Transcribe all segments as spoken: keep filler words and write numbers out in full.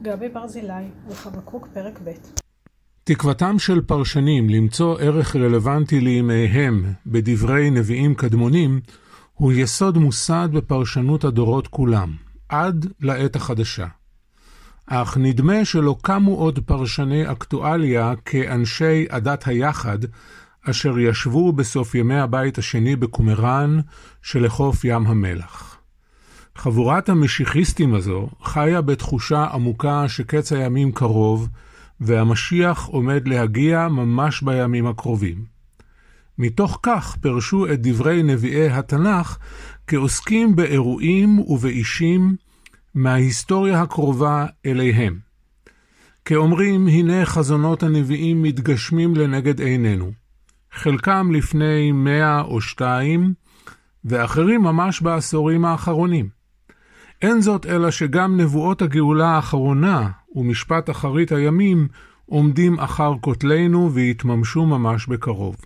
גבי ברזילי, וחבקוק פרק ב'. תקוותם של פרשנים למצוא ערך רלוונטי לימיהם בדברי נביאים קדמונים, הוא יסוד מוסד בפרשנות הדורות כולם, עד לעת החדשה. אך נדמה שלא קמו עוד פרשני אקטואליה כאנשי עדת היחד, אשר ישבו בסוף ימי הבית השני בקומראן שלחוף ים המלח. חבורת המשיחיסטים הזו חיה בתחושה עמוקה שקץ הימים קרוב, והמשיח עומד להגיע ממש בימים הקרובים. מתוך כך פרשו את דברי נביאי התנ"ך כעוסקים באירועים ובאישים מההיסטוריה הקרובה אליהם. כאומרים, הנה חזונות הנביאים מתגשמים לנגד עינינו. חלקם לפני מאה או שתיים, ואחרים ממש בעשורים האחרונים. אין זאת אלא שגם נבואות הגאולה האחרונה ומשפט אחרית הימים עומדים אחר כותלנו והתממשו ממש בקרוב.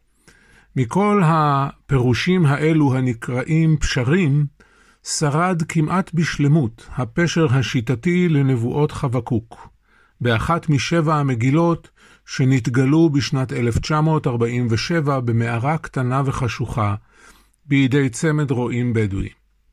מכל הפירושים האלו הנקראים פשרים, שרד כמעט בשלמות הפשר השיטתי לנבואות חבקוק, באחת משבע המגילות שנתגלו בשנת אלף תשע מאות ארבעים ושבע במערה קטנה וחשוכה, בידי צמד רועים בדואי.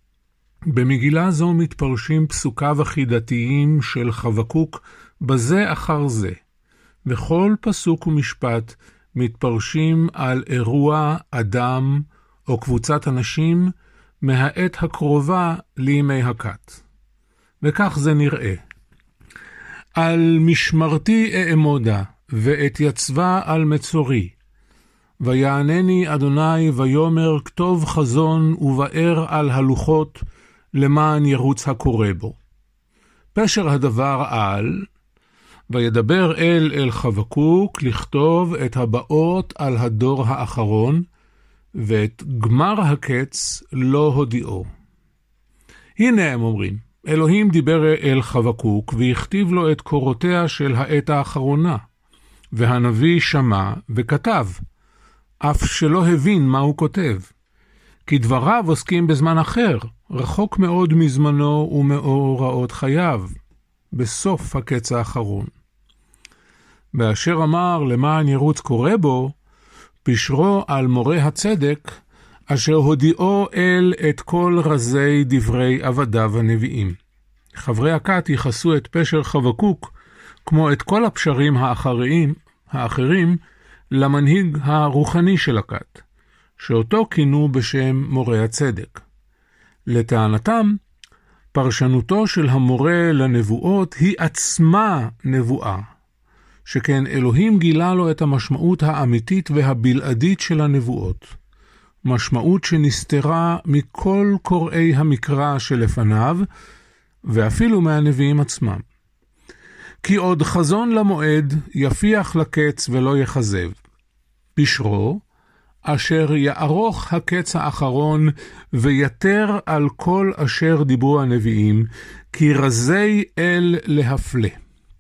במגילה זו מתפרשים פסוקיו החידתיים של חבקוק בזה אחר זה, וכל פסוק ומשפט מתפרשים על אירוע, אדם או קבוצת אנשים מהעת הקרובה לימי הכת. וכך זה נראה. על משמרתי אעמודה, ואתייצבה על מצורי. ויענני אדוני ויאמר כתוב חזון ובאר על הלוחות, למען ירוץ הקורא בו. פשר הדבר על, וידבר אל אל חבקוק לכתוב את הבאות על הדור האחרון, ואת גמר הקץ לא הודיעו. הנה הם אומרים, אלוהים דיבר אל חבקוק, והכתיב לו את קורותיה של העת האחרונה, והנביא שמע וכתב, אף שלא הבין מה הוא כותב. כי דבריו עוסקים בזמן אחר, רחוק מאוד מזמנו ומאורעות חייו, בסוף הקץ האחרון. באשר אמר למען ירוץ קורא בו, פשרו על מורה הצדק, אשר הודיעו אל את כל רזי דברי עבדיו הנביאים. חברי הכת ייחסו את פשר חבקוק, כמו את כל הפשרים האחרים, האחרים למנהיג הרוחני של הכת, שאותו כינו בשם מורה הצדק. לטענתם, פרשנותו של המורה לנבואות היא עצמה נבואה, שכן אלוהים גילה לו את המשמעות האמיתית והבלעדית של הנבואות, משמעות שנסתרה מכל קוראי המקרא שלפניו, ואפילו מהנביאים עצמם. כי עוד חזון למועד יפיח לקץ ולא יחזב. פשרו, אשר יערוך הקץ האחרון ויתר על כל אשר דיברו הנביאים, כי רזי אל להפלא.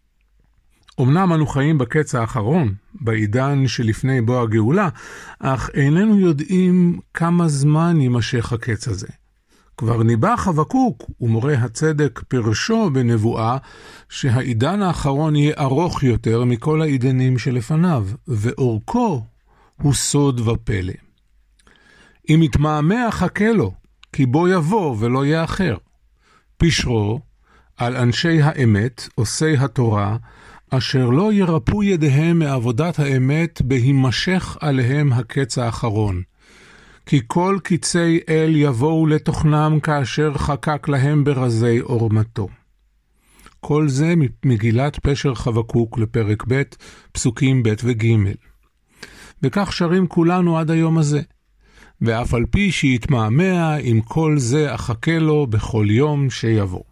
אמנם אנו חיים בקץ האחרון, בעידן שלפני בוא הגאולה, אך איננו יודעים כמה זמן יימשך הקץ הזה. כבר ניבא חבקוק ומורה הצדק פרשו בנבואה שהעידן האחרון יהיה ארוך יותר מכל העידנים שלפניו, ואורכו הוא סוד ופלא. אם יתמהמה חכה לו, כי בו יבוא ולא יאחר. פשרו על אנשי האמת, עושי התורה, אשר לא ירפו ידיהם מעבודת האמת בהימשך עליהם הקץ האחרון. כי כל קיצי אל יבואו לתוכנם כאשר חקק להם ברזי אורמתו. כל זה מגילת פשר חבקוק לפרק ב' פסוקים ב' וג'. וכך שרים כולנו עד היום הזה. ואף על פי שיתמהמה עם כל זה אחכה לו בכל יום שיבוא.